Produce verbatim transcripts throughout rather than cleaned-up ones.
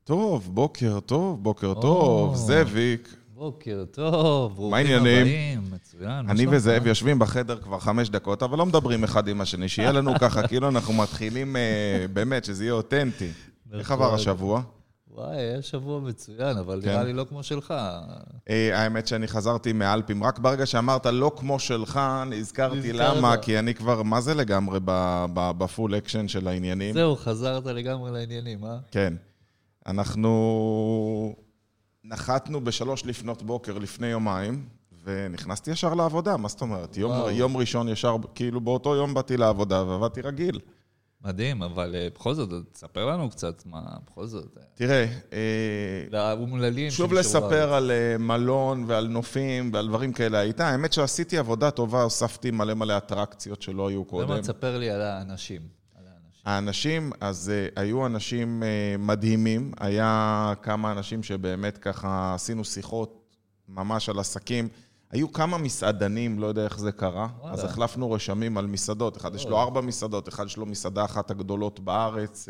טוב, בוקר טוב, בוקר טוב, זאביק. בוקר טוב, ברוכים הבאים. מצוין. אני וזאב יושבים בחדר כבר חמש דקות, אבל לא מדברים אחד עם השני, שיהיה לנו ככה, כאילו אנחנו מתחילים באמת, שזה יהיה אותנטי. איך עבר השבוע? וואי, היה שבוע מצוין, אבל נראה לי לא כמו שלך. האמת שאני חזרתי מאלפים, רק ברגע שאמרת לא כמו שלך, נזכרתי למה, כי אני כבר, מה זה לגמרי בפול אקשן של העניינים? זהו, חזרת לגמרי לעניינים, אה? כן. אנחנו נחתנו בשלוש לפנות בוקר לפני יומיים, ונכנסתי ישר לעבודה, מה זאת אומרת? יום, יום ראשון ישר, כאילו באותו יום באתי לעבודה, ועבדתי רגיל. מדהים, אבל בכל זאת, תספר לנו קצת מה, בכל זאת. תראה, שוב לספר על מלון ועל נופים ועל דברים כאלה הייתה. האמת שעשיתי עבודה טובה, הוספתי מלא מלא אטרקציות שלא היו קודם. למה תספר לי על האנשים? האנשים, אז היו אנשים מדהימים, היה כמה אנשים שבאמת ככה עשינו שיחות ממש על עסקים, היו כמה מסעדנים, לא יודע איך זה קרה, אז החלפנו רשמים על מסעדות, אחד יש לו ארבע מסעדות, אחד יש לו מסעדה אחת הגדולות בארץ,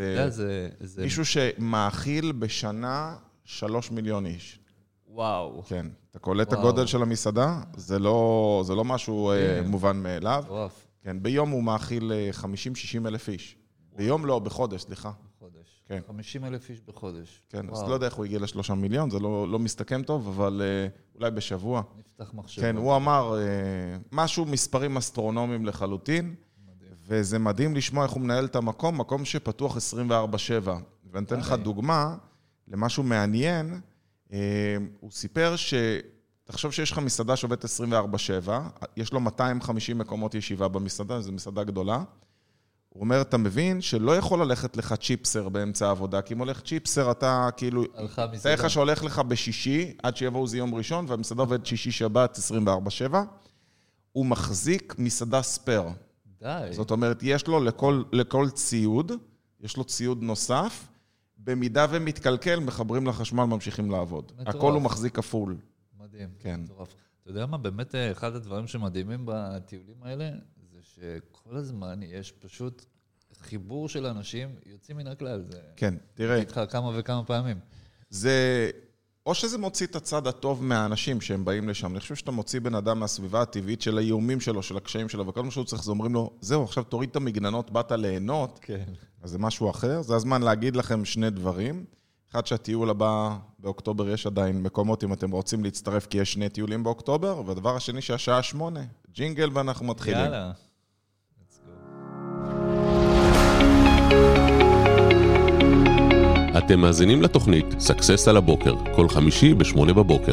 מישהו שמאכיל בשנה שלוש מיליון איש. וואו. כן, אתה קולט הגודל של המסעדה, זה לא, זה לא משהו מובן מאליו. כן, ביום הוא מאכיל חמישים שישים אלף איש. ביום לא, בחודש, סליחה. בחודש. כן. חמישים אלף איש בחודש. כן, אז לא יודע איך הוא הגיע לשלושה מיליון, זה לא, לא מסתכם טוב, אבל uh, אולי בשבוע. נפתח מחשב. כן, הוא אמר uh, משהו, מספרים אסטרונומיים לחלוטין, מדהים. וזה מדהים לשמוע איך הוא מנהל את המקום, מקום שפתוח עשרים וארבע שבע. ואני אתן לך דוגמה למשהו מעניין, uh, הוא סיפר ש... תחשוב שיש לך מסעדה שעובדת עשרים וארבע שבע, יש לו מאתיים וחמישים מקומות ישיבה במסעדה, זו מסעדה גדולה, הוא אומר, אתה מבין שלא יכול ללכת לך צ'יפסר באמצע העבודה, כי אם הולך צ'יפסר, אתה כאילו... תראה לך שהולך לך בשישי, עד שיבואו זה יום ראשון, והמסעדה עובדת שישי שבת עשרים וארבע שבע, הוא מחזיק מסעדה ספר. די. זאת אומרת, יש לו לכל, לכל ציוד, יש לו ציוד נוסף, במידה ומתקלקל, מחברים לחשמל, ממשיכים לעבוד. מטורף. הכל הוא מחזיק כפול. מדהים. כן. מטורף. אתה יודע מה, באמת אחד הדברים שמדהימים בטיולים האלה, שכל הזמן יש פשוט חיבור של אנשים יוצאים מן הכלל. כן, תראה. איתך כמה וכמה פעמים. זה, או שזה מוציא את הצד הטוב מהאנשים שהם באים לשם. אני חושב שאתה מוציא בן אדם מהסביבה הטבעית של האיומים שלו, של הקשיים שלו, וכל מה שהוא צריך, זה אומרים לו, זהו, עכשיו תוריד את המגננות, באת ליהנות. כן. אז זה משהו אחר. זה הזמן להגיד לכם שני דברים. אחד שהטיול הבא באוקטובר יש עדיין מקומות אם אתם רוצים להצטרף, כי יש שני טיולים באוקטובר, והדבר השני שהשעה שמונה. ג'ינגל ואנחנו מתחילים. יאללה. אתם מאזינים לתוכנית סאקסס על הבוקר, כל חמישי בשמונה בבוקר.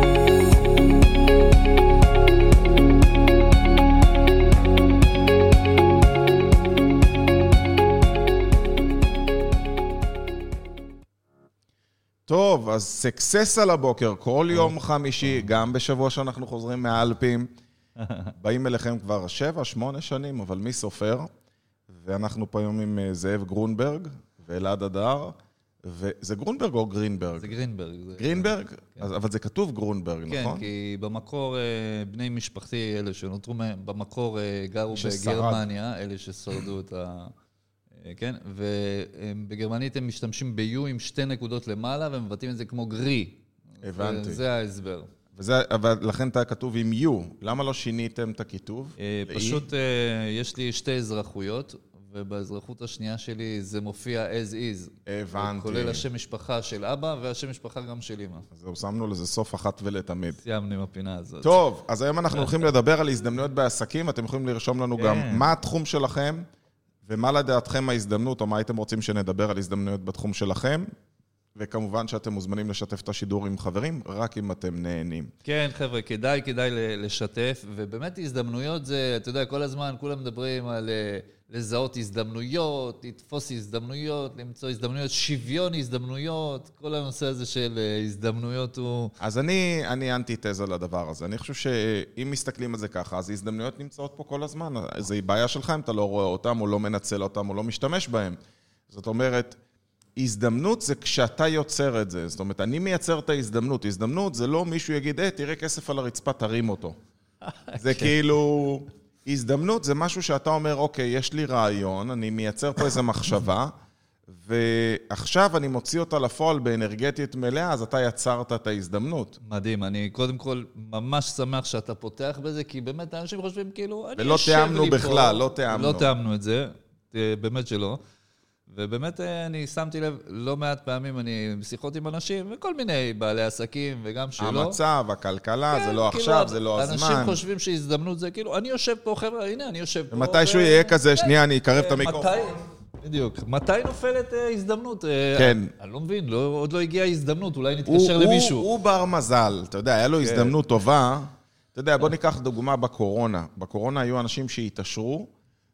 טוב, אז סאקסס על הבוקר, כל יום חמישי, גם בשבוע שאנחנו חוזרים מהאלפים, באים אליכם כבר שבע, שמונה שנים, אבל מי סופר? ואנחנו פה היום עם זאב גרונברג ואלעד אדר, וזה גרונברג או גרינברג? זה גרינברג. גרינברג? אבל זה כתוב גרונברג, נכון? כן, כי במקור בני משפחתי, אלה שנותרו מהם, במקור גרו בגרמניה, אלה ששרדו את ה... כן, ובגרמנית הם משתמשים ב-U עם שתי נקודות למעלה, ומבטאים את זה כמו גרי. הבנתי. זה ההסבר. וזה, אבל לכן אתה כתוב עם U. למה לא שיניתם את הכיתוב? פשוט יש לי שתי אזרחויות, ובאזרחות השנייה שלי זה מופיע as is. הבנתי. כולל השם משפחה של אבא, והשם משפחה גם של אמא. אז זהו, שמנו לזה סוף אחת ולתמיד. סיימנו עם הפינה הזאת. טוב, אז היום אנחנו הולכים לדבר על הזדמנויות בעסקים. אתם יכולים לרשום לנו גם מה התחום שלכם, ומה לדעתכם ההזדמנות, או מה הייתם רוצים שנדבר על הזדמנויות בתחום שלכם. וכמובן שאתם מוזמנים לשתף את השידור עם חברים, רק אם אתם נהנים. כן, חבר'ה, כדאי, כדאי לשתף, ובאמת הזדמנויות זה, אתה יודע, כל הזמן כולם מדברים על לזהות הזדמנויות, לתפוס הזדמנויות, למצוא הזדמנויות, שוויון הזדמנויות, כל הנושא הזה של הזדמנויות הוא... אז אני, אני אנטי-תזה לדבר הזה. אני חושב שאם מסתכלים על זה ככה, אז הזדמנויות נמצאות פה כל הזמן. זו בעיה שלך אם אתה לא רואה אותם, או לא מנצל אותם, או לא משתמש בהם. זאת אומרת, הזדמנות זה כשאתה יוצר את זה. זאת אומרת, אני מייצר את ההזדמנות. הזדמנות זה לא מישהו יגיד, אה, תראה כסף על הרצפה, תרים אותו. זה כאילו... הזדמנות זה משהו שאתה אומר, אוקיי, יש לי רעיון, אני מייצר פה איזו מחשבה, ועכשיו אני מוציא אותה לפועל באנרגטית מלאה, אז אתה יצרת את ההזדמנות. מדהים, אני קודם כל ממש שמח שאתה פותח בזה, כי באמת האנשים חושבים כאילו, אני ולא יושב לי פה. תיאמנו בכלל, לא תיאמנו. לא תיאמנו את זה, באמת שלא. ובאמת אני שמתי לב, לא מעט פעמים אני בשיחות עם אנשים, וכל מיני בעלי עסקים, וגם שלא. המצב, הכלכלה, כן, זה לא כאילו, עכשיו, זה לא הזמן. אנשים חושבים שהזדמנות זה כאילו, אני יושב פה, חבר'ה, הנה, אני יושב פה. ומתישהו יהיה כזה, שנייה, אני אקרב את המיקרופון. בדיוק. מתי נופלת הזדמנות? כן. אני לא מבין, עוד לא הגיעה הזדמנות, אולי נתקשר למישהו. הוא בר מזל, אתה יודע, היה לו הזדמנות טובה. אתה יודע, בוא ניקח דוגמה בקורונה. בקורונה היו אנשים שהתעשרו,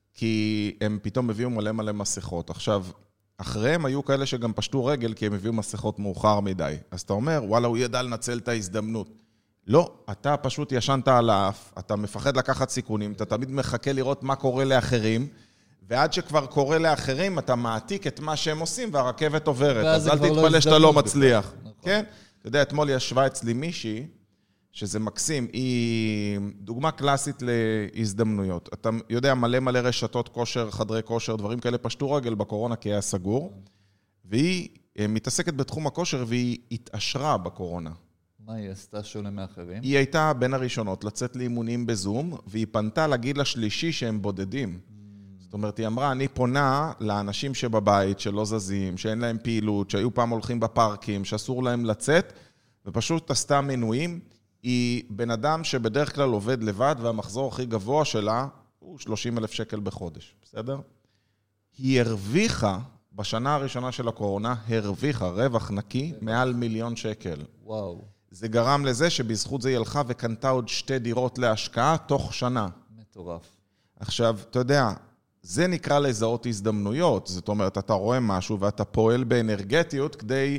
כי הם פתאום הביאו מלא מלא מסכות. עכשיו, אחריהם היו כאלה שגם פשטו רגל, כי הם הביאו מסכות מאוחר מדי. אז אתה אומר, וואלה, הוא ידע לנצל את ההזדמנות. לא, אתה פשוט ישנת על האף, אתה מפחד לקחת סיכונים, אתה תמיד מחכה לראות מה קורה לאחרים, ועד שכבר קורה לאחרים, אתה מעתיק את מה שהם עושים, והרכבת עוברת. אז אל תתפלא שאתה לא מצליח. כן? אתה יודע, אתמול ישבה אצלי מישהי, שזה מקסים, היא דוגמה קלאסית להזדמנויות. אתה יודע, מלא מלא רשתות כושר, חדרי כושר, דברים כאלה פשטו רגל בקורונה, כי היה סגור, והיא מתעסקת בתחום הכושר, והיא התעשרה בקורונה. מה היא עשתה שונה מאחרים? היא הייתה בין הראשונות לצאת לאימונים בזום, והיא פנתה לגיל השלישי שהם בודדים. זאת אומרת, היא אמרה, אני פונה לאנשים שבבית, שלא זזים, שאין להם פעילות, שהיו פעם הולכים בפארקים, שאסור להם לצאת, ופשוט עשתה מנויים. היא בן אדם שבדרך כלל עובד לבד, והמחזור הכי גבוה שלה הוא שלושים אלף שקל בחודש, בסדר? היא הרוויחה, בשנה הראשונה של הקורונה, הרוויחה רווח נקי מעל מיליון שקל. וואו. זה גרם לזה שבזכות זה היא הלכה וקנתה עוד שתי דירות להשקעה תוך שנה. מטורף. עכשיו, אתה יודע, זה נקרא לזהות הזדמנויות. זאת אומרת, אתה רואה משהו ואתה פועל באנרגטיות כדי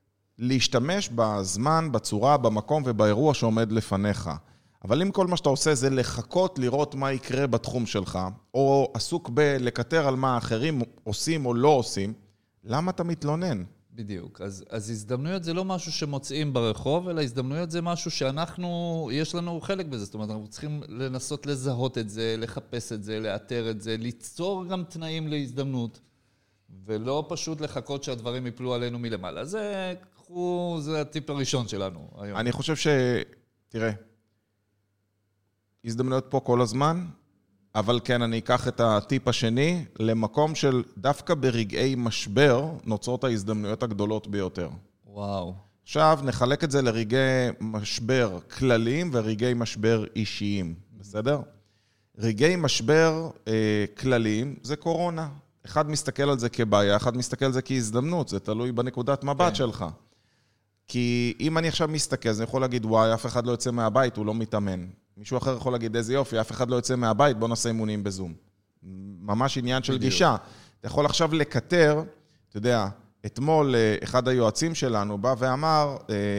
להשתמש בזמן, בצורה, במקום ובאירוע שעומד לפניך. אבל אם כל מה שאתה עושה זה לחכות לראות מה יקרה בתחום שלך, או עסוק בלקטר על מה האחרים עושים או לא עושים, למה אתה מתלונן? בדיוק. אז, אז הזדמנויות זה לא משהו שמוצאים ברחוב, אלא הזדמנויות זה משהו שאנחנו, יש לנו חלק בזה. זאת אומרת, אנחנו צריכים לנסות לזהות את זה, לחפש את זה, לאתר את זה, ליצור גם תנאים להזדמנות, ולא פשוט לחכות שהדברים יפלו עלינו מלמעלה. זה, קחו, זה הטיפ הראשון שלנו היום. אני חושב ש... תראה, הזדמנויות פה כל הזמן, אבל כן, אני אקח את הטיפ השני למקום של דווקא ברגעי משבר נוצרות ההזדמנויות הגדולות ביותר. וואו. עכשיו נחלק את זה לרגעי משבר כלליים ורגעי משבר אישיים, בסדר? רגעי משבר אה, כלליים זה קורונה. אחד מסתכל על זה כבעיה, אחד מסתכל על זה כהזדמנות, זה תלוי בנקודת מבט כן. שלך. כי אם אני עכשיו מסתכל, אז אני יכול להגיד, וואי, אף אחד לא יוצא מהבית, הוא לא מתאמן. מישהו אחר יכול להגיד, איזה יופי, אף אחד לא יוצא מהבית, בוא נעשה אימונים בזום. ממש עניין של גישה. אתה יכול עכשיו לקטר, אתה יודע, אתמול אחד היועצים שלנו בא ואמר,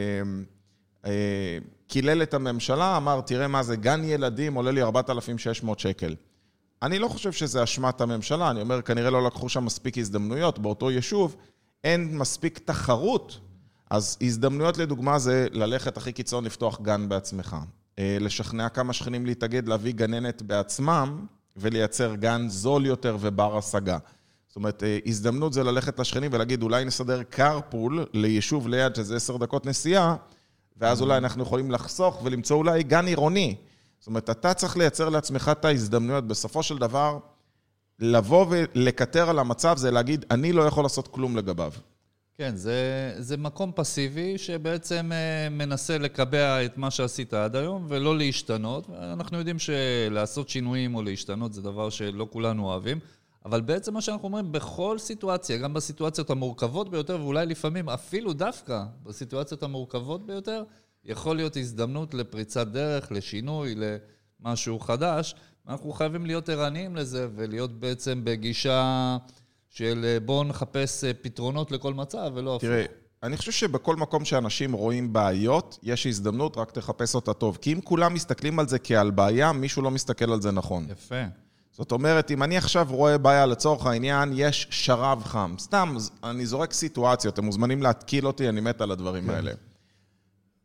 קילל את הממשלה, אמר, תראה מה זה, גן ילדים עולה לי ארבעת אלפים ושש מאות שקל. אני לא חושב שזה אשמת הממשלה, אני אומר, כנראה לא לקחו שם מספיק הזדמנויות, באותו יישוב אין מספיק תחרות, אז הזדמנויות לדוגמה זה ללכת הכי קיצון לפתוח גן בעצמך. לשכנע כמה שכנים להתאגד, להביא גננת בעצמם, ולייצר גן זול יותר ובר השגה. זאת אומרת, הזדמנות זה ללכת לשכנים ולהגיד, אולי נסדר קרפול ליישוב ליד, שזה עשר דקות נסיעה, ואז אולי אנחנו יכולים לחסוך ולמצוא אולי גן עירוני. זאת אומרת, אתה צריך לייצר לעצמך את ההזדמנויות. בסופו של דבר, לבוא ולקטר על המצב, זה להגיד, אני לא יכול לעשות כלום לגביו. כן, זה, זה מקום פסיבי שבעצם מנסה לקבע את מה שעשית עד היום ולא להשתנות. אנחנו יודעים שלעשות שינויים או להשתנות זה דבר שלא כולנו אוהבים, אבל בעצם מה שאנחנו אומרים, בכל סיטואציה, גם בסיטואציות המורכבות ביותר, ואולי לפעמים אפילו דווקא בסיטואציות המורכבות ביותר, יכול להיות הזדמנות לפריצת דרך, לשינוי, למשהו חדש. אנחנו חייבים להיות ערניים לזה ולהיות בעצם בגישה של בואו נחפש פתרונות לכל מצב ולא הפוך. תראה, אני חושב שבכל מקום שאנשים רואים בעיות, יש הזדמנות, רק תחפש אותה טוב. כי אם כולם מסתכלים על זה כעל בעיה, מישהו לא מסתכל על זה נכון. יפה. זאת אומרת, אם אני עכשיו רואה בעיה לצורך העניין, יש שרב חם. סתם, אני זורק סיטואציות, אתם מוזמנים להתקיל אותי, אני מת על הדברים האלה.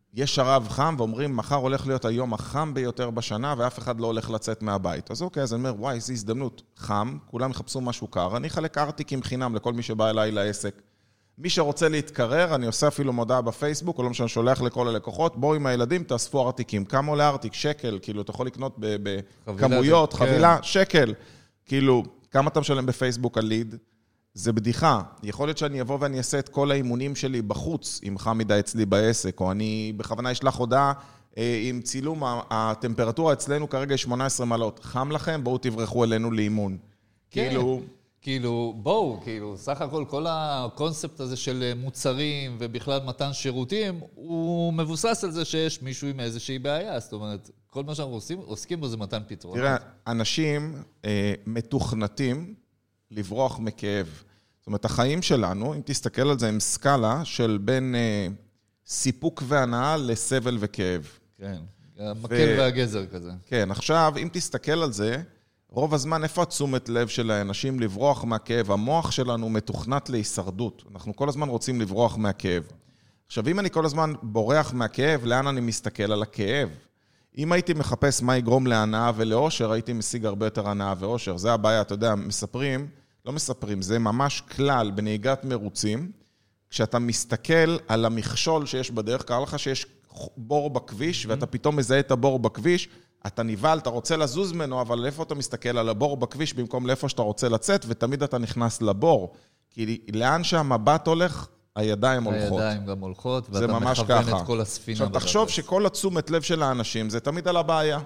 יש שרב חם ואומרים, מחר הולך להיות היום החם ביותר בשנה, ואף אחד לא הולך לצאת מהבית. אז אוקיי, אז אני אומר, וואי, איזו הזדמנות. חם, כולם יחפשו משהו קר, אני אחלק ארטיקים חינם לכל מי שבא אליי לעסק. מי שרוצה להתקרר, אני עושה אפילו מודעה בפייסבוק, או לא משנה, שולח לכל הלקוחות, בואו עם הילדים, תאספו ארטיקים. כמה עולה ארטיק? שקל, כאילו, אתה יכול לקנות בכמויות, חבילה, שקל. כאילו, כמה אתה משלם בפייסבוק על ליד? זה בדיחה. יכול להיות שאני אבוא ואני אעשה את כל האימונים שלי בחוץ, עם חמידה אצלי בעסק, או אני בכוונה אשלח הודעה עם צילום, הטמפרטורה אצלנו כרגע היא שמונה עשרה מעלות. חם לכם? בואו תברחו אלינו לאימון. כאילו... כאילו, בואו, כאילו, סך הכל, כל הקונספט הזה של מוצרים ובכלל מתן שירותים, הוא מבוסס על זה שיש מישהו עם איזושהי בעיה. זאת אומרת, כל מה שאנחנו עושים, עוסקים בו זה מתן פתרונות. תראה, אנשים אה, מתוכנתים לברוח מכאב. זאת אומרת, החיים שלנו, אם תסתכל על זה, הם סקאלה של בין אה, סיפוק והנאה לסבל וכאב. כן, המקל ו... והגזר כזה. כן, עכשיו, אם תסתכל על זה, רוב הזמן, איפה התשומת לב של האנשים לברוח מהכאב? המוח שלנו מתוכנת להישרדות. אנחנו כל הזמן רוצים לברוח מהכאב. עכשיו, אם אני כל הזמן בורח מהכאב, לאן אני מסתכל על הכאב? אם הייתי מחפש מה יגרום להנאה ולאושר, הייתי משיג הרבה יותר הנאה ואושר. זה הבעיה, אתה יודע, מספרים, לא מספרים, זה ממש כלל בנהיגת מרוצים. כשאתה מסתכל על המכשול שיש בדרך, קרא לך שיש בור בכביש, ואתה פתאום מזהה את הבור בכביש, אתה ניבל, אתה רוצה לזוז ממנו, אבל איפה אתה מסתכל על הבור בכביש במקום לאיפה שאתה רוצה לצאת, ותמיד אתה נכנס לבור. כי לאן שהמבט הולך, הידיים הולכות. הידיים גם הולכות, ואתה מכוון את כל הספינה. עכשיו, תחשוב שכל התשומת לב של האנשים, זה תמיד על הבעיה.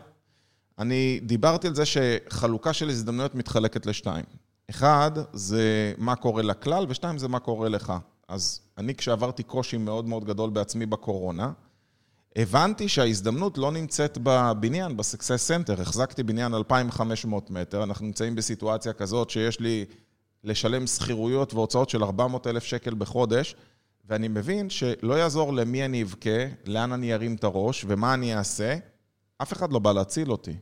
אני דיברתי על זה שחלוקה של הזדמנויות מתחלקת לשתיים. אחד, זה מה קורה לכלל, ושתיים, זה מה קורה לך. אז אני, כשעברתי קושי מאוד מאוד גדול בעצמי בקורונה, הבנתי שההזדמנות לא נמצאת בבניין, בסקסס סנטר. החזקתי בניין אלפיים וחמש מאות מטר, אנחנו נמצאים בסיטואציה כזאת שיש לי לשלם שכירויות והוצאות של ארבע מאות אלף שקל בחודש, ואני מבין שלא יעזור למי אני אבכה, לאן אני ארים את הראש ומה אני אעשה, אף אחד לא בא להציל אותי.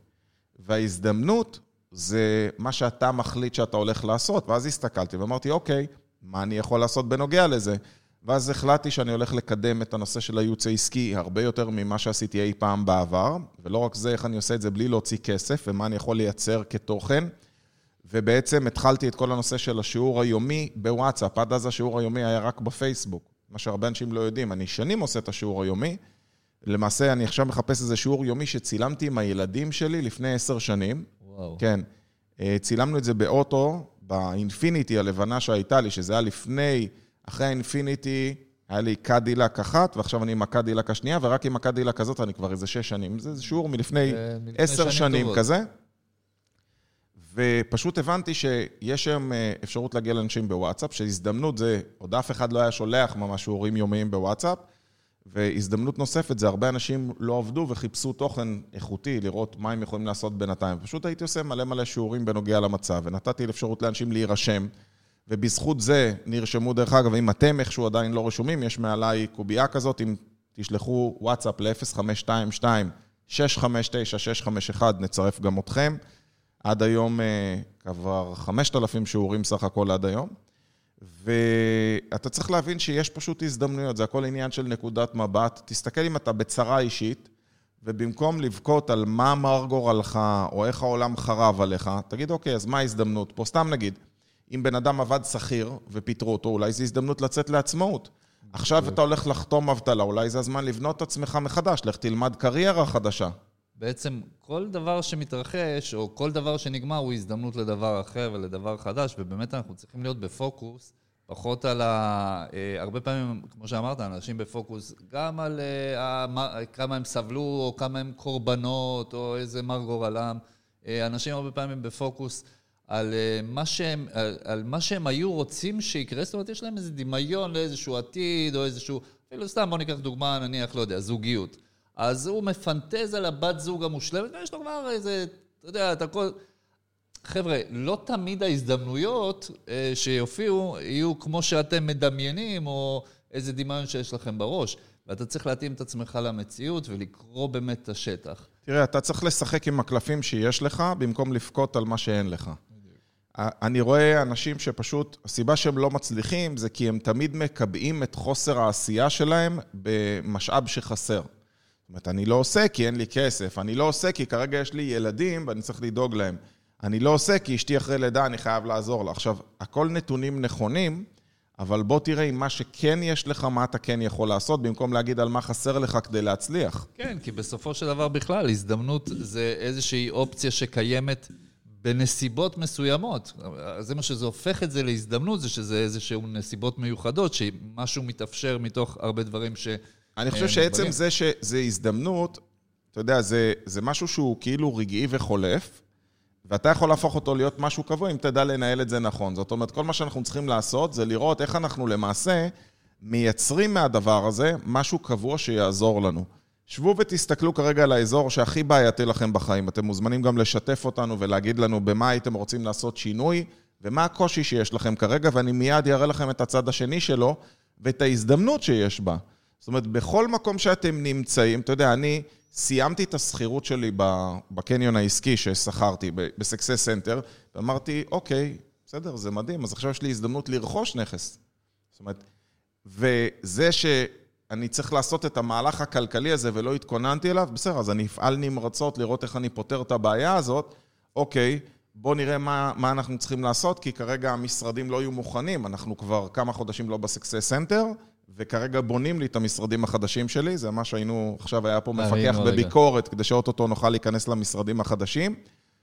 וההזדמנות זה מה שאתה מחליט שאתה הולך לעשות, ואז הסתכלתי ואמרתי, אוקיי, מה אני יכול לעשות בנוגע לזה? ואז החלטתי שאני הולך לקדם את הנושא של הייעוץ העסקי הרבה יותר ממה שעשיתי אי פעם בעבר, ולא רק זה, איך אני עושה את זה בלי להוציא כסף, ומה אני יכול לייצר כתוכן, ובעצם התחלתי את כל הנושא של השיעור היומי בוואטסאפ, עד אז השיעור היומי היה רק בפייסבוק, מה שהרבה אנשים לא יודעים, אני שנים עושה את השיעור היומי, למעשה אני עכשיו מחפש איזה שיעור יומי שצילמתי עם הילדים שלי לפני עשר שנים, וואו. כן, צילמנו את זה באוטו, באינפיניטי הלבנה שהייתה לי, שזה היה לפני... אחרי האינפיניטי, היה לי קדילק אחת, ועכשיו אני עם הקדילק השנייה, ורק עם הקדילק הזאת אני כבר איזה שש שנים. זה שיעור מלפני עשר שנים כזה. ופשוט הבנתי שיש היום אפשרות להגיע לאנשים בוואטסאפ, שהזדמנות זה, עוד אף אחד לא היה שולח ממש שיעורים יומיים בוואטסאפ, והזדמנות נוספת זה, הרבה אנשים לא עבדו וחיפשו תוכן איכותי, לראות מה הם יכולים לעשות בינתיים. פשוט הייתי עושה מלא מלא שיעורים בנוגע למצב, ונתתי אפשרות לאנשים להירשם, ובזכות זה נרשמו דרך אגב, אם אתם איכשהו עדיין לא רשומים, יש מעליי קובייה כזאת, אם תשלחו וואטסאפ ל-אפס חמש שתיים שתיים שש חמש תשע שש חמש אחת, נצרף גם אתכם. עד היום כבר חמשת אלפים שיעורים סך הכל עד היום. ואתה צריך להבין שיש פשוט הזדמנויות, זה הכל עניין של נקודת מבט. תסתכל אם אתה בצרה אישית, ובמקום לבכות על מה מר גורלך, או איך העולם חרב עליך, תגיד, אוקיי, אז מה ההזדמנות? פה סתם נגיד, אם בן אדם עבד שכיר ופיטרו אותו, אולי זו הזדמנות לצאת לעצמאות. עכשיו אתה הולך לחתום אבטלה, אולי זה הזמן לבנות את עצמך מחדש, לך תלמד קריירה חדשה. בעצם כל דבר שמתרחש, או כל דבר שנגמר, הוא הזדמנות לדבר אחר ולדבר חדש, ובאמת אנחנו צריכים להיות בפוקוס, פחות על ה... הרבה פעמים, כמו שאמרת, אנשים בפוקוס, גם על כמה הם סבלו, או כמה הם קורבנות, או איזה מר גורלם. אנשים הרבה פעמים בפוקוס על מה שהם, על, על מה שהם היו רוצים שיקרה, זאת אומרת, יש להם איזה דמיון לאיזשהו עתיד, או איזשהו, אפילו סתם, בוא ניקח דוגמה, נניח, לא יודע, זוגיות. אז הוא מפנטז על הבת זוג המושלמת, ויש לו כבר איזה, אתה יודע, אתה כל... חבר'ה, לא תמיד ההזדמנויות אה, שיופיעו יהיו כמו שאתם מדמיינים, או איזה דמיון שיש לכם בראש. ואתה צריך להתאים את עצמך למציאות ולקרוא באמת את השטח. תראה, אתה צריך לשחק עם הקלפים שיש לך, במקום לפקוט על מה שאין לך. אני רואה אנשים שפשוט, הסיבה שהם לא מצליחים, זה כי הם תמיד מקבעים את חוסר העשייה שלהם במשאב שחסר. זאת אומרת, אני לא עושה כי אין לי כסף, אני לא עושה כי כרגע יש לי ילדים ואני צריך לדאוג להם. אני לא עושה כי אשתי אחרי לידה, אני חייב לעזור לה. עכשיו, הכל נתונים נכונים, אבל בוא תראה עם מה שכן יש לך, מה אתה כן יכול לעשות, במקום להגיד על מה חסר לך כדי להצליח. כן, כי בסופו של דבר בכלל, הזדמנות זה איזושהי אופציה שקיימת בנסיבות מסוימות. זה מה שזה הופך את זה להזדמנות, זה שזה איזשהו נסיבות מיוחדות, שמשהו מתאפשר מתוך הרבה דברים ש... אני חושב שעצם זה שזה הזדמנות, אתה יודע, זה, זה משהו שהוא כאילו רגעי וחולף, ואתה יכול להפוך אותו להיות משהו קבוע, אם תדע לנהל את זה נכון. זאת אומרת, כל מה שאנחנו צריכים לעשות, זה לראות איך אנחנו למעשה מייצרים מהדבר הזה משהו קבוע שיעזור לנו. שבו ותסתכלו כרגע על האזור שהכי בעייתי לכם בחיים. אתם מוזמנים גם לשתף אותנו ולהגיד לנו במה הייתם רוצים לעשות שינוי, ומה הקושי שיש לכם כרגע, ואני מיד אראה לכם את הצד השני שלו, ואת ההזדמנות שיש בה. זאת אומרת, בכל מקום שאתם נמצאים, אתה יודע, אני סיימתי את הסחירות שלי בקניון העסקי ששכרתי, בסקסס סנטר, ואמרתי, אוקיי, בסדר, זה מדהים, אז עכשיו יש לי הזדמנות לרכוש נכס. זאת אומרת, וזה שאני צריך לעשות את המהלך הכלכלי הזה ולא התכוננתי אליו, בסדר, אז אני אפעל נמרצות לראות איך אני פותר את הבעיה הזאת, אוקיי, בוא נראה מה, מה אנחנו צריכים לעשות, כי כרגע המשרדים לא יהיו מוכנים, אנחנו כבר כמה חודשים לא בסקסס סנטר, וכרגע בונים לי את המשרדים החדשים שלי, זה מה שהיינו, עכשיו היה פה מפקח בביקורת, כדי שאוטוטו נוכל להיכנס למשרדים החדשים,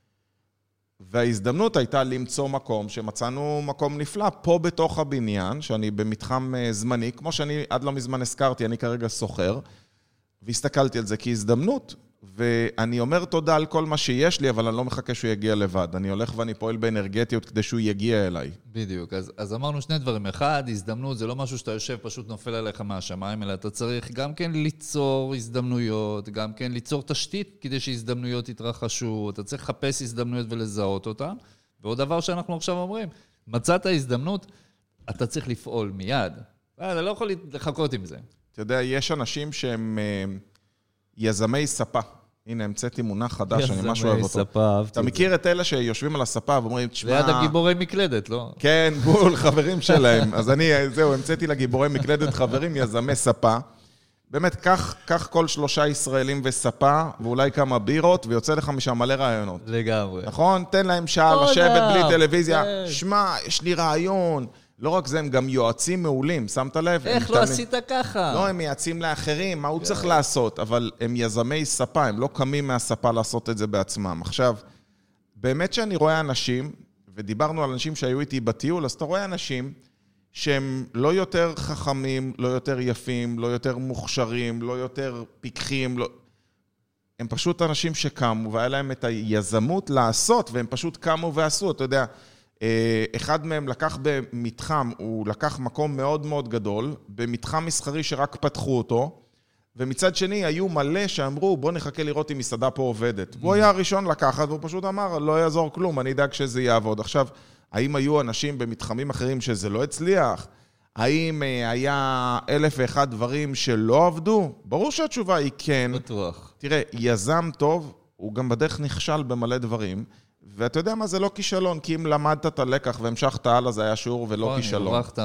וההזדמנות הייתה למצוא מקום, שמצאנו מקום נפלא, פה בתוך הבניין, שאני במתחם זמני, כמו שאני עד לא מזמן הזכרתי, אני כרגע סוחר, והסתכלתי על זה כהזדמנות, ואני אומר תודה על כל מה שיש לי, אבל אני לא מחכה שהוא יגיע לבד. אני הולך ואני פועל באנרגטיות כדי שהוא יגיע אליי. בדיוק. אז, אז אמרנו שני דברים. אחד, הזדמנות זה לא משהו שאתה יושב פשוט נופל עליך מהשמיים, אלא אתה צריך גם כן ליצור הזדמנויות, גם כן ליצור תשתית כדי שהזדמנויות יתרחשו. אתה צריך לחפש הזדמנויות ולזהות אותן. ועוד דבר שאנחנו עכשיו אומרים, מצאת הזדמנות, אתה צריך לפעול מיד. אתה לא יכול לחכות עם זה. אתה יודע, יש אנשים שהם יזמי ספה. הנה, המצאתי מונח חדש, אני ממש אוהב אותו. ספה, אתה מכיר את אלה שיושבים על הספה ואומרים, תשמע... ליד הגיבורי מקלדת, לא? כן, בול, חברים שלהם. אז אני, זהו, המצאתי לגיבורי מקלדת חברים, יזמי ספה. באמת, כך, כך כל שלושה ישראלים וספה, ואולי כמה בירות, ויוצא לך משם מלא רעיונות. לגמרי. נכון? תן להם שעה לשבת בלי טלוויזיה. שמע, יש לי רעיון. לא רק זה, הם גם יועצים מעולים, שמת לב? איך לא עשית ככה? לא, הם מייעצים לאחרים, מה הוא צריך לעשות? אבל הם יזמי ספה, הם לא קמים מהספה לעשות את זה בעצמם. עכשיו, באמת שאני רואה אנשים, ודיברנו על אנשים שהיו איתי בטיול, אז אתה רואה אנשים שהם לא יותר חכמים, לא יותר יפים, לא יותר מוכשרים, לא יותר פיקחים, לא... הם פשוט אנשים שקמו, והיה להם את היזמות לעשות, והם פשוט קמו ועשו, אתה יודע... אחד מהם לקח במתחם, הוא לקח מקום מאוד מאוד גדול, במתחם מסחרי שרק פתחו אותו, ומצד שני היו מלא שאמרו, בוא נחכה לראות אם מסעדה פה עובדת. והוא היה הראשון לקחת, והוא פשוט אמר, לא יעזור כלום, אני אדאג שזה יעבוד. עכשיו, האם היו אנשים במתחמים אחרים שזה לא הצליח? האם היה אלף ואחד דברים שלא עבדו? ברור שהתשובה היא כן. בטוח. תראה, יזם טוב, הוא גם בדרך נכשל במלא דברים, ואתה יודע מה, זה לא כישלון, כי אם למדת את הלקח והמשכת הלאה, זה היה שיעור ולא כישלון. הוברכת.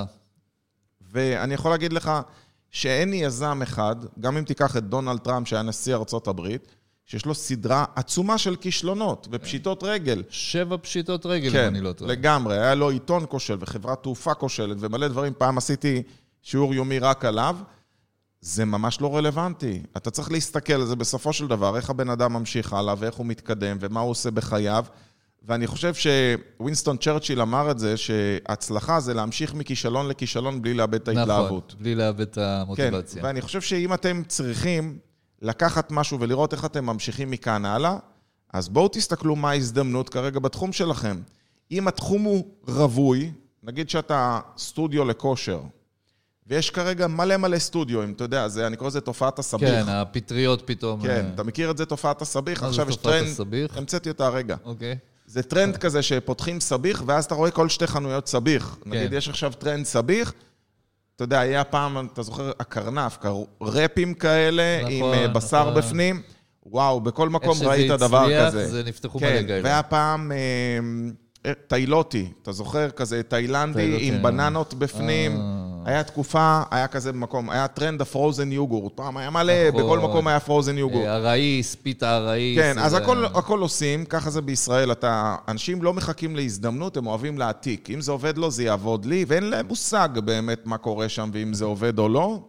ואני יכול להגיד לך שאין יזם אחד, גם אם תיקח את דונלד טראמפ, שהיה נשיא ארצות הברית, שיש לו סדרה עצומה של כישלונות ופשיטות רגל. שבע פשיטות רגל, כן, אם אני לא טועה. לגמרי. היה לו עיתון כושל וחברת תעופה כושלת ומלא דברים. פעם עשיתי שיעור יומי רק עליו. זה ממש לא רלוונטי. אתה צריך להסתכל על זה בסופו של דבר, איך הבן אדם ממשיך הלאה ואיך הוא מתקדם ומה הוא עושה בחייו. ואני חושב שווינסטון צ'רצ'יל אמר את זה, שהצלחה זה להמשיך מכישלון לכישלון בלי לאבד את ההתלהבות. נכון, בלי לאבד את המוטיבציה. כן, ואני חושב שאם אתם צריכים לקחת משהו ולראות איך אתם ממשיכים מכאן הלאה, אז בואו תסתכלו מה ההזדמנות כרגע בתחום שלכם. אם התחום הוא רווי, נגיד שאתה סטודיו לכושר, ויש כרגע מלא מלא סטודיו, אם אתה יודע, זה, אני קורא לזה תופעת הסביך. כן, הפטריות פתאום. כן, אתה מכיר את זה תופעת הסביך, עכשיו יש טרנד, המצאתי אותה הרגע. אוקיי. זה טרנד כזה שפותחים סביך, ואז אתה רואה כל שתי חנויות סביך. נגיד, יש עכשיו טרנד סביך, אתה יודע, היה פעם, אתה זוכר, הקרנף, רפים כאלה, עם בשר בפנים, וואו, בכל מקום ראית דבר כזה. איך שזה הצליח, זה נפתחו מלא כאלה. והיה פעם טיילוטי, אתה זוכר? כזה תאילנדי עם בננות בפנים. היה תקופה, היה כזה במקום, היה טרנד הפרוזן יוגורט, פעם היה מלא, בכל מקום היה פרוזן יוגורט. הרעיס, פיתה הרעיס. כן, אז הכל, הכל עושים, ככה זה בישראל, אתה, אנשים לא מחכים להזדמנות, הם אוהבים להעתיק. אם זה עובד לו, זה יעבוד לי, ואין להם מושג באמת מה קורה שם, ואם זה עובד או לא,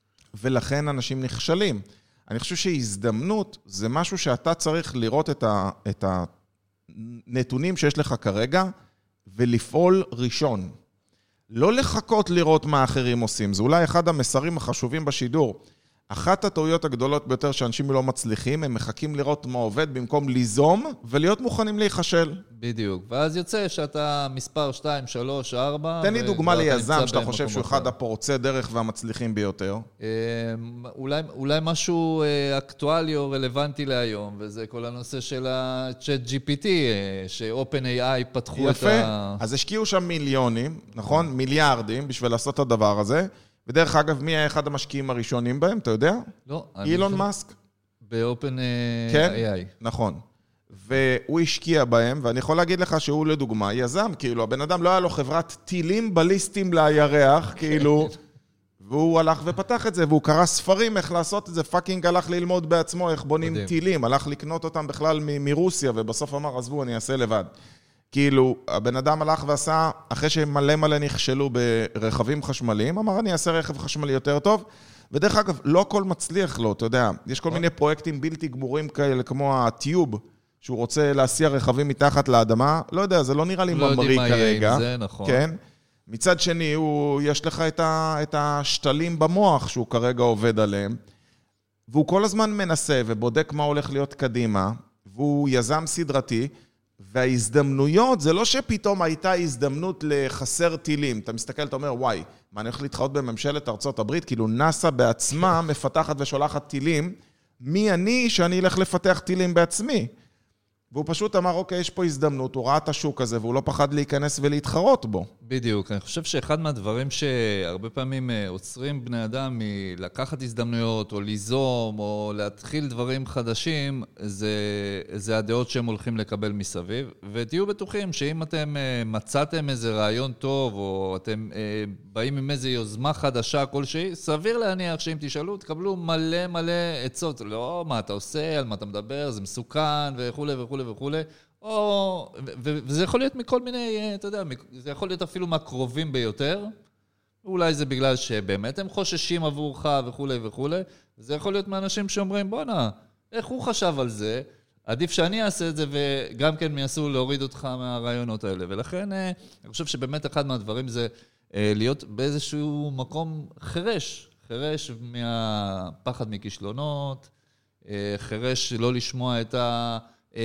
ולכן אנשים נכשלים. אני חושב שהזדמנות זה משהו שאתה צריך לראות את ה, את הנתונים שיש לך כרגע, ולפעול ראשון. לא לחכות לראות מה האחרים עושים. זה אולי אחד המסרים החשובים בשידור. אחת הטעויות הגדולות ביותר שאנשים לא מצליחים, הם מחכים לראות מה עובד במקום ליזום ולהיות מוכנים להיחשל. בדיוק. ואז יוצא שאתה מספר שתיים, שלוש, ארבע. תן לי דוגמה ליזם שאתה חושב שהוא אחד הפורצי דרך והמצליחים ביותר. אולי, אולי משהו אקטואלי או רלוונטי להיום, וזה כל הנושא של ה-צ'אט ג'י פי טי, ש-OpenAI פתחו את ה... יפה. אז השקיעו שם מיליונים, נכון? מיליארדים בשביל לעשות את הדבר הזה. ודרך אגב, מי היה אחד המשקיעים הראשונים בהם, אתה יודע? לא. אילון מאסק. ב-OpenAI. כן, נכון. והוא השקיע בהם, ואני יכול להגיד לך שהוא לדוגמה יזם, כאילו, הבן אדם לא היה לו חברת טילים בליסטים לירח, כאילו, והוא הלך ופתח את זה, והוא קרא ספרים איך לעשות את זה, פאקינג הלך ללמוד בעצמו איך בונים טילים, הלך לקנות אותם בכלל מ- מרוסיה, ובסוף אמר, עזבו, אני אעשה לבד. כאילו, הבן אדם הלך ועשה, אחרי שמלא מלא נכשלו ברכבים חשמליים, אמר, אני אעשה רכב חשמלי יותר טוב, ודרך אגב, לא הכל מצליח לו, אתה יודע, יש כל מיני פרויקטים בלתי גמורים כאלה, כמו הטיוב, שהוא רוצה להסיע רכבים מתחת לאדמה, לא יודע, זה לא נראה לי ממרי כרגע. זה, נכון. כן. מצד שני, הוא, יש לך את, ה, את השתלים במוח שהוא כרגע עובד עליהם, והוא כל הזמן מנסה ובודק מה הולך להיות קדימה, והוא יזם סדרתי, וההזדמנויות, זה לא שפתאום הייתה הזדמנות לחסר טילים. אתה מסתכל, אתה אומר, וואי, מה אני הולך להתחרות בממשלת ארצות הברית? כאילו נאסא בעצמה מפתחת ושולחת טילים, מי אני שאני אלך לפתח טילים בעצמי? והוא פשוט אמר, אוקיי, יש פה הזדמנות, הוא ראה את השוק הזה, והוא לא פחד להיכנס ולהתחרות בו. בדיוק. אני חושב שאחד מהדברים שהרבה פעמים עוצרים בני אדם מלקחת הזדמנויות, או ליזום, או להתחיל דברים חדשים, זה, זה הדעות שהם הולכים לקבל מסביב. ותהיו בטוחים שאם אתם מצאתם איזה רעיון טוב, או אתם באים עם איזו יוזמה חדשה כלשהי, סביר להניח שאם תשאלו, תקבלו מלא מלא עצות. לא, מה אתה עושה, על מה אתה מדבר, זה מסוכן, וכו' וכו' וכו'. או, וזה יכול להיות מכל מיני, אתה יודע, זה יכול להיות אפילו מהקרובים ביותר. אולי זה בגלל שבאמת הם חוששים עבורך וכו' וכו'. זה יכול להיות מאנשים שאומרים, בוא נה, איך הוא חשב על זה? עדיף שאני אעשה את זה, וגם כן מייסו להוריד אותך מהרעיונות האלה. ולכן, אני חושב שבאמת אחד מהדברים זה להיות באיזשהו מקום חרש, חרש מהפחד מכישלונות, חרש לא לשמוע את ה...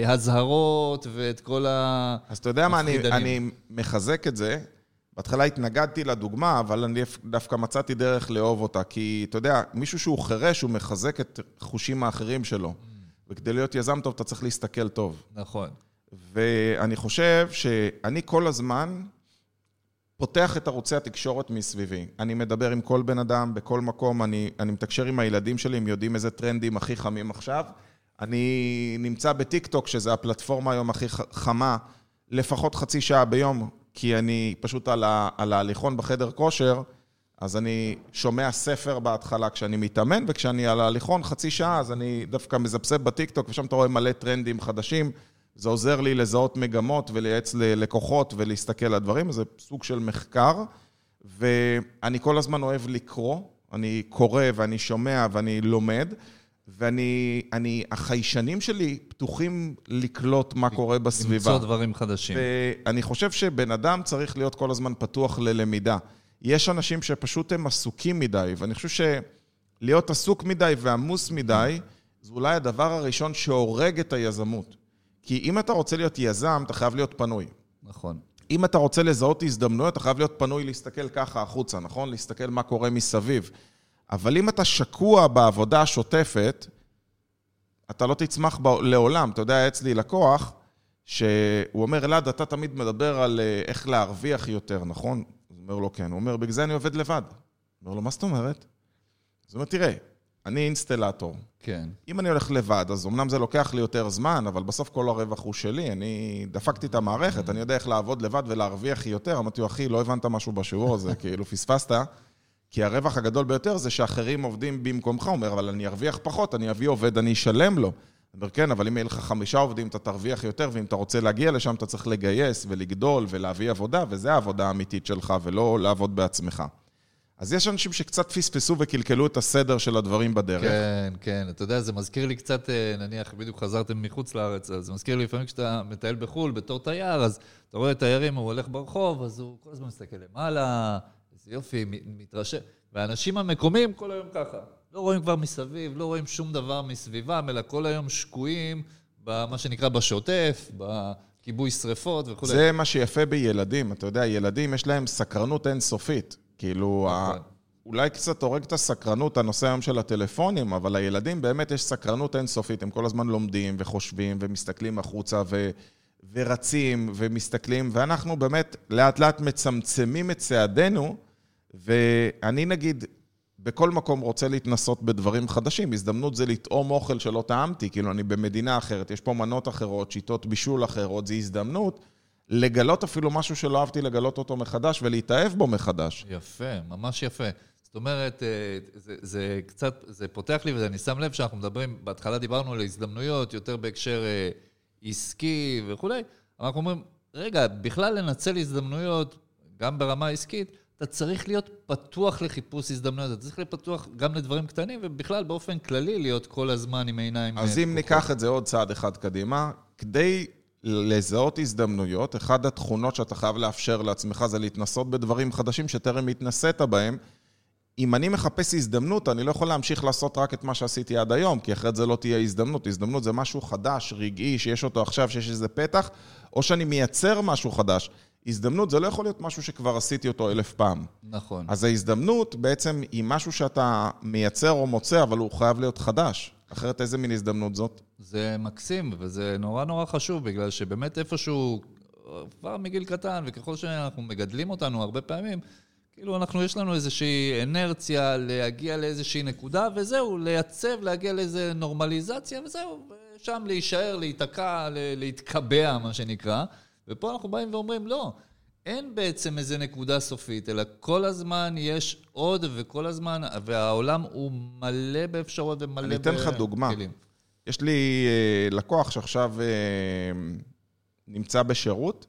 הזהרות ואת כל ה... אז אתה יודע מה, אני, אני מחזק את זה. בהתחלה התנגדתי לדוגמה, אבל אני דווקא מצאתי דרך לאהוב אותה, כי אתה יודע, מישהו שהוא חרש, הוא מחזק את חושים האחרים שלו. וכדי להיות יזם טוב, אתה צריך להסתכל טוב. נכון. ואני חושב שאני כל הזמן פותח את ערוצי התקשורת מסביבי. אני מדבר עם כל בן אדם, בכל מקום, אני, אני מתקשר עם הילדים שלי, הם יודעים איזה טרנדים הכי חמים עכשיו. אני נמצא בטיק-טוק, שזה הפלטפורמה היום הכי חמה, לפחות חצי שעה ביום, כי אני פשוט על, ה, על ההליכון בחדר כושר, אז אני שומע ספר בהתחלה כשאני מתאמן, וכשאני על ההליכון חצי שעה, אז אני דווקא מזפסף בטיק-טוק, ושם אתה רואה מלא טרנדים חדשים, זה עוזר לי לזהות מגמות ולייעץ ללקוחות ולהסתכל על הדברים, זה סוג של מחקר, ואני כל הזמן אוהב לקרוא, אני קורא ואני שומע ואני לומד, ואני, אני, החיישנים שלי פתוחים לקלוט מה קורה בסביבה. למצוא דברים חדשים. ואני חושב שבן אדם צריך להיות כל הזמן פתוח ללמידה. יש אנשים שפשוט הם עסוקים מדי, ואני חושב שלהיות עסוק מדי ועמוס מדי, זה אולי הדבר הראשון שהורג את היזמות. כי אם אתה רוצה להיות יזם, אתה חייב להיות פנוי. נכון. אם אתה רוצה לזהות הזדמנויות, אתה חייב להיות פנוי להסתכל ככה החוצה, נכון? להסתכל מה קורה מסביב. אבל אם אתה שקוע בעבודה השוטפת, אתה לא תצמח לעולם. אתה יודע, אצלי לקוח, שהוא אומר, אלעד, אתה תמיד מדבר על איך להרוויח יותר, נכון? הוא אומר לו, כן. הוא אומר, בגלל זה אני עובד לבד. הוא אומר לו, מה זאת אומרת? זאת אומרת, תראה, אני אינסטלטור. כן. אם אני הולך לבד, אז אמנם זה לוקח לי יותר זמן, אבל בסוף כל הרווח הוא שלי. אני דפקתי את המערכת, אני יודע איך לעבוד לבד ולהרוויח יותר. אמרתי, אחי, לא הבנת משהו בשיעור הזה, כאילו פספסת. כי הרווח הגדול ביותר זה שאחרים עובדים במקומך. הוא אומר, אבל אני ארוויח פחות, אני אביא עובד, אני אשלם לו. אומר, כן, אבל אם יהיה לך חמישה עובדים, אתה תרוויח יותר, ואם אתה רוצה להגיע לשם, אתה צריך לגייס ולגדול ולהביא עבודה, וזה העבודה האמיתית שלך, ולא לעבוד בעצמך. אז יש אנשים שקצת פספסו וקלקלו את הסדר של הדברים בדרך. כן, כן. אתה יודע, זה מזכיר לי קצת, נניח, בדיוק חזרתם מחוץ לארץ, אז זה מזכיר לי לפעמים כשאתה מטייל בחול, בתור תייר, אז אתה רואה תיירים, הוא הולך ברחוב, אז הוא כל הזמן מסתכל למעלה, איזה יופי, מתרשם. והאנשים המקומיים כל היום ככה. לא רואים כבר מסביב, לא רואים שום דבר מסביבם, אלא כל היום שקועים במה שנקרא בשוטף, בכיבוי שריפות וכו'. זה מה שיפה בילדים. אתה יודע, ילדים יש להם סקרנות אינסופית. כאילו, ה... אולי קצת הורג את הסקרנות, הנושא היום של הטלפונים, אבל הילדים באמת יש סקרנות אינסופית. הם כל הזמן לומדים וחושבים ומסתכלים החוצה ו... ורצים ומסתכלים, ואנחנו באמת לאט לאט מצמצמים את צעדינו, ואני נגיד... בכל מקום רוצה להתנסות בדברים חדשים. הזדמנות זה לטעום אוכל שלא טעמתי, כאילו אני במדינה אחרת, יש פה מנות אחרות, שיטות בישול אחרות, זה הזדמנות לגלות אפילו משהו שלא אהבתי לגלות אותו מחדש ולהתאהב בו מחדש. יפה, ממש יפה. זאת אומרת, זה, זה קצת, זה פותח לי ואני שם לב שאנחנו מדברים, בהתחלה דיברנו על הזדמנויות, יותר בהקשר עסקי וכו'. אנחנו אומרים, רגע, בכלל לנצל הזדמנויות, גם ברמה עסקית, אתה צריך להיות פתוח לחיפוש הזדמנויות, אתה צריך להיות פתוח גם לדברים קטנים, ובכלל באופן כללי להיות כל הזמן עם עיניים. אז אם ניקח את זה עוד צעד אחד קדימה, כדי לזהות הזדמנויות, אחד התכונות שאתה חייב לאפשר לעצמך זה להתנסות בדברים חדשים שטרם התנסית בהם. אם אני מחפש הזדמנות, אני לא יכול להמשיך לעשות רק את מה שעשיתי עד היום, כי אחרת זה לא תהיה הזדמנות. הזדמנות זה משהו חדש, רגעי, שיש אותו עכשיו, שיש איזה פתח, או שאני מייצר משהו חדש. הזדמנות זה לא יכול להיות משהו שכבר עשיתי אותו אלף פעם. נכון. אז ההזדמנות בעצם היא משהו שאתה מייצר או מוצא, אבל הוא חייב להיות חדש. אחרת איזה מין הזדמנות זאת? זה מקסים, וזה נורא נורא חשוב, בגלל שבאמת איפשהו, כבר מגיל קטן, וככל שאנחנו מגדלים אותנו הרבה פעמים, כאילו אנחנו, יש לנו איזושהי אנרציה להגיע לאיזושהי נקודה, וזהו, לייצב, להגיע לאיזו נורמליזציה, וזהו, שם להישאר, להתקע, להתקבע, מה שנקרא. ופה אנחנו באים ואומרים, לא, אין בעצם איזו נקודה סופית, אלא כל הזמן יש עוד, וכל הזמן, והעולם הוא מלא באפשרות ומלא בכלים. אני אתן לך דוגמה. יש לי לקוח שעכשיו נמצא בשירות,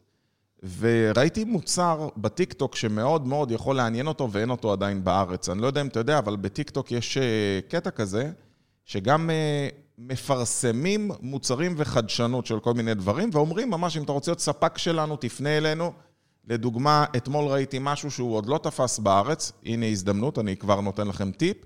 וראיתי מוצר בטיקטוק שמאוד מאוד יכול לעניין אותו, ואין אותו עדיין בארץ. אני לא יודע אם אתה יודע, אבל בטיקטוק יש קטע כזה, שגם מפרסמים מוצרים וחדשנות של כל מיני דברים, ואומרים ממש, אם אתה רוצה להיות ספק שלנו, תפנה אלינו. לדוגמה, אתמול ראיתי משהו שהוא עוד לא תפס בארץ, הנה הזדמנות, אני כבר נותן לכם טיפ.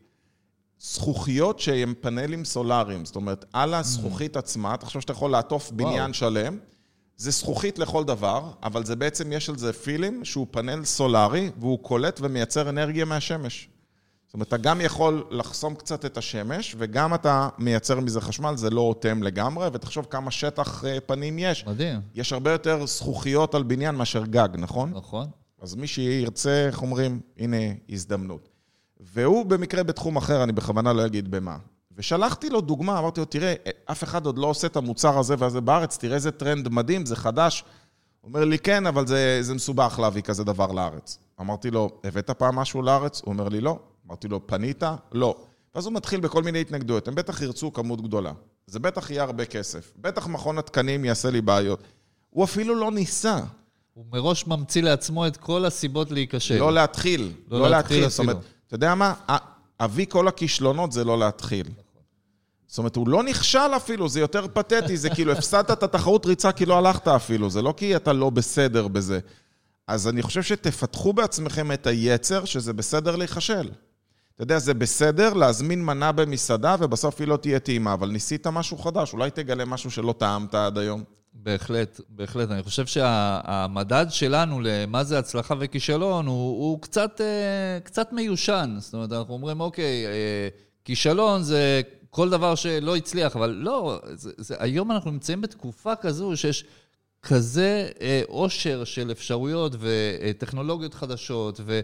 זכוכיות שהם פאנלים סולאריים, זאת אומרת, על הזכוכית עצמה, אתה חושב שאתה יכול לעטוף בניין שלם, זה זכוכית לכל דבר, אבל זה בעצם יש על זה פילים שהוא פאנל סולארי, והוא קולט ומייצר אנרגיה מהשמש. זאת אומרת, אתה גם יכול לחסום קצת את השמש, וגם אתה מייצר מזה חשמל, זה לא אוטם לגמרי, ותחשוב כמה שטח פנים יש. מדהים. יש הרבה יותר זכוכיות על בניין מאשר גג, נכון? נכון. אז מי שירצה, איך אומרים, הנה הזדמנות. והוא במקרה בתחום אחר, אני בכוונה לא אגיד במה. ושלחתי לו דוגמה, אמרתי לו, תראה, אף אחד עוד לא עושה את המוצר הזה והזה בארץ, תראה איזה טרנד מדהים, זה חדש. הוא אומר לי, כן, אבל זה, זה מסובך להביא כזה דבר לארץ. אמרתי לו, הבאת פעם משהו לארץ? הוא אומר לי, לא. אמרתי לו, פנית? לא. ואז הוא מתחיל בכל מיני התנגדויות. הם בטח ירצו כמות גדולה. זה בטח יהיה הרבה כסף. בטח מכון התקנים יעשה לי בעיות. הוא אפילו לא ניסה. הוא מראש ממציא לעצמו את כל הסיבות להיכשל. לא להתחיל. לא, לא להתחיל אפילו. זאת אומרת, אתה יודע מה? אבי כל הכישלונות זה לא להתחיל. זאת אומרת, הוא לא נכשל אפילו, זה יותר פתטי, זה כאילו, הפסדת את התחרות ריצה כי לא הלכת אפילו, זה לא כי אתה לא בסדר בזה. אז אני חושב שתפתחו בעצמכם את היצר, שזה בסדר להיכשל. אתה יודע, זה בסדר להזמין מנה במסעדה, ובסוף היא לא תהיה טעימה, אבל ניסית משהו חדש, אולי תגלה משהו שלא טעמת עד היום. בהחלט, בהחלט. אני חושב שהמדד שלנו למה זה הצלחה וכישלון, הוא, הוא קצת, קצת מיושן. זאת אומרת, אנחנו אומרים, אוקיי, כישלון זה כל דבר שלא הצליח, אבל לא, זה, זה, היום אנחנו נמצאים בתקופה כזו שיש כזה עושר של אפשרויות וטכנולוגיות חדשות, ו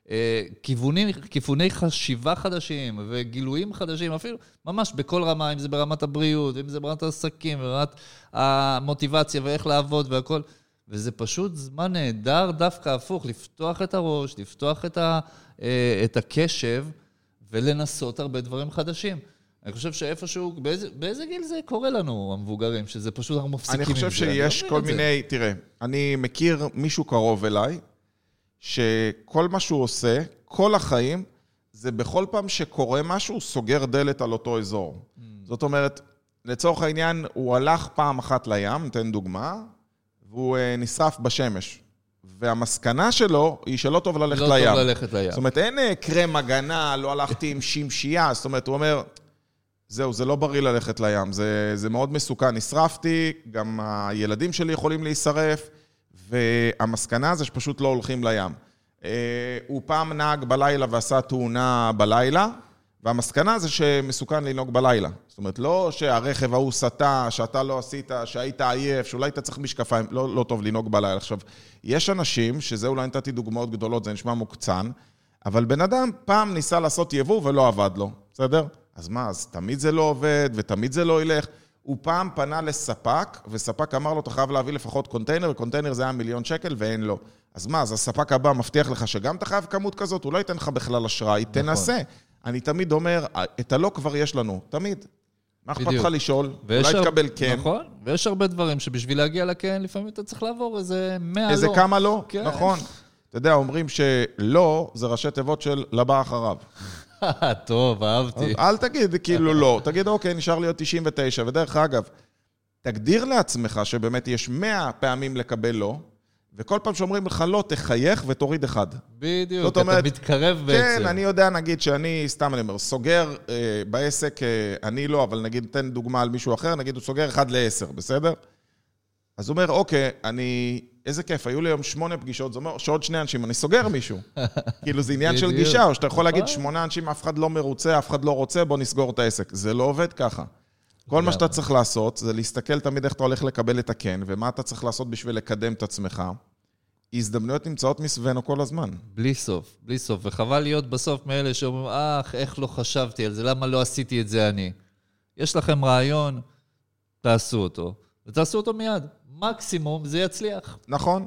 כיווני, כיווני חשיבה חדשים וגילויים חדשים, אפילו ממש בכל רמה, אם זה ברמת הבריאות, אם זה ברמת העסקים, ברמת המוטיבציה ואיך לעבוד והכל. וזה פשוט זמן נהדר דווקא הפוך, לפתוח את הראש, לפתוח את, ה, את הקשב ולנסות הרבה דברים חדשים. אני חושב שאיפשהו, באיזה, באיזה גיל זה קורה לנו, המבוגרים, שזה פשוט אנחנו מפסיקים עם זה. אני חושב שיש כל מיני, תראה, אני מכיר מישהו קרוב אליי, שכל מה שהוא עושה, כל החיים, זה בכל פעם שקורה משהו, הוא סוגר דלת על אותו אזור. Mm. זאת אומרת, לצורך העניין, הוא הלך פעם אחת לים, נתן דוגמה, והוא נשרף בשמש. והמסקנה שלו היא שלא טוב ללכת לא לים. לא טוב ללכת לים. זאת אומרת, אין קרם הגנה, לא הלכתי עם שמשייה, זאת אומרת, הוא אומר, זהו, זה לא בריא ללכת לים, זה, זה מאוד מסוכן. נשרפתי, גם הילדים שלי יכולים להישרף, והמסקנה זה שפשוט לא הולכים לים. הוא פעם נהג בלילה ועשה תאונה בלילה, והמסקנה זה שמסוכן לנהוג בלילה. זאת אומרת, לא שהרכב ההוא סטה, שאתה לא עשית, שהיית עייף, שאולי אתה צריך משקפיים, לא, לא טוב לנהוג בלילה. עכשיו, יש אנשים, שזה אולי נתתי דוגמאות גדולות, זה נשמע מוקצן, אבל בן אדם פעם ניסה לעשות יבוא ולא עבד לו, בסדר? אז מה, אז תמיד זה לא עובד ותמיד זה לא ילך. הוא פעם פנה לספק, וספק אמר לו, אתה חייב להביא לפחות קונטיינר, וקונטיינר זה היה מיליון שקל ואין לו. אז מה, אז הספק הבא מבטיח לך שגם אתה חייב כמות כזאת, הוא לא ייתן לך בכלל אשראי, נכון. תנסה. אני תמיד אומר, את הלא כבר יש לנו, תמיד. מה אכפת לך לשאול? אולי תקבל כן. נכון, ויש הרבה דברים שבשביל להגיע לכן, לפעמים אתה צריך לעבור איזה מאה לא. איזה כמה לא, כן. נכון. אתה יודע, אומרים שלא, זה ראשי תיבות של לבא אחריו. טוב, אהבתי. אל תגיד כאילו לא, תגיד אוקיי, נשאר להיות תשעים ותשע, ודרך אגב, תגדיר לעצמך שבאמת יש מאה פעמים לקבל לא, וכל פעם שאומרים לך לא, תחייך ותוריד אחד. בדיוק, אתה אומרת, מתקרב בעצם. כן, אני יודע, נגיד שאני, סתם אני אומר, סוגר אה, בעסק, אה, אני לא, אבל נגיד, תן דוגמה על מישהו אחר, נגיד הוא סוגר אחד לעשר, בסדר? אז הוא אומר, אוקיי, אני, איזה כיף, היו לי היום שמונה פגישות, זה אומר שעוד שני אנשים, אני סוגר מישהו. כאילו זה עניין של גישה, או שאתה יכול להגיד שמונה אנשים, אף אחד לא מרוצה, אף אחד לא רוצה, בוא נסגור את העסק. זה לא עובד ככה. כל מה שאתה צריך לעשות, זה להסתכל תמיד איך אתה הולך לקבל את הכן, ומה אתה צריך לעשות בשביל לקדם את עצמך. הזדמנויות נמצאות מסביבנו כל הזמן. בלי סוף, בלי סוף. וחבל להיות בסוף מאלה שאומרים, אך, איך לא חשבתי על זה, למה לא עשיתי את זה אני? יש לכם רעיון, תעשו אותו. ותעשו אותו מיד. מקסימום זה יצליח. נכון.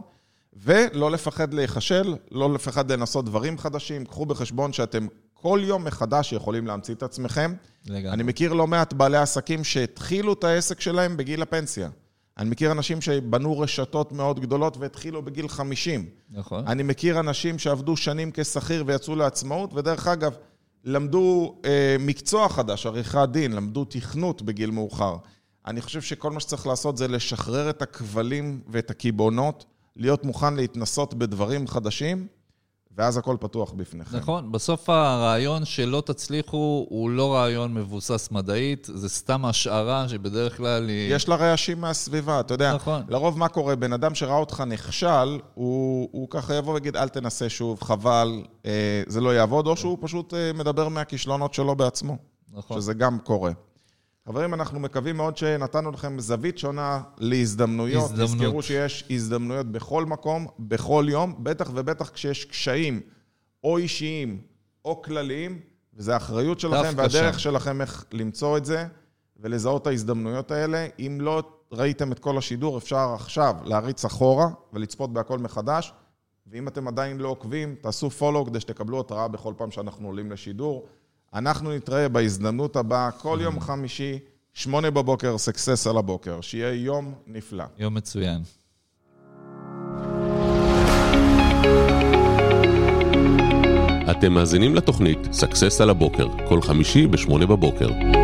ולא לפחד להיחשל, לא לפחד לנסות דברים חדשים. קחו בחשבון שאתם כל יום מחדש יכולים להמציא את עצמכם. לגמרי. אני מכיר לא מעט בעלי עסקים שהתחילו את העסק שלהם בגיל הפנסיה. אני מכיר אנשים שבנו רשתות מאוד גדולות והתחילו בגיל חמישים. נכון. אני מכיר אנשים שעבדו שנים כשכיר ויצאו לעצמאות, ודרך אגב, למדו אה, מקצוע חדש, עריכת דין, למדו תכנות בגיל מאוחר. אני חושב שכל מה שצריך לעשות זה לשחרר את הכבלים ואת הקיבעונות, להיות מוכן להתנסות בדברים חדשים, ואז הכל פתוח בפניכם. נכון, בסוף הרעיון שלא תצליחו הוא לא רעיון מבוסס מדעית, זה סתם השערה שבדרך כלל היא... יש לה רעשים מהסביבה, אתה יודע, נכון. לרוב מה קורה, בן אדם שראה אותך נכשל, הוא, הוא ככה יבוא ויגיד, אל תנסה שוב, חבל, אה, זה לא יעבוד, או שהוא פשוט אה, מדבר מהכישלונות שלו בעצמו, נכון. שזה גם קורה. חברים, אנחנו מקווים מאוד שנתנו לכם זווית שונה להזדמנויות. הזדמנות. תזכרו שיש הזדמנויות בכל מקום, בכל יום, בטח ובטח כשיש קשיים או אישיים או כלליים, וזה האחריות שלכם והדרך שם. שלכם איך למצוא את זה ולזהות את ההזדמנויות האלה. אם לא ראיתם את כל השידור, אפשר עכשיו להריץ אחורה ולצפות בהכל מחדש, ואם אתם עדיין לא עוקבים, תעשו פולו כדי שתקבלו התראה בכל פעם שאנחנו עולים לשידור. אנחנו נתראה בהזדמנות הבאה, כל יום חמישי, שמונה בבוקר, סקסס על הבוקר. שיהיה יום נפלא. יום מצוין. אתם מאזינים לתוכנית סקסס על הבוקר, כל חמישי בשמונה בבוקר.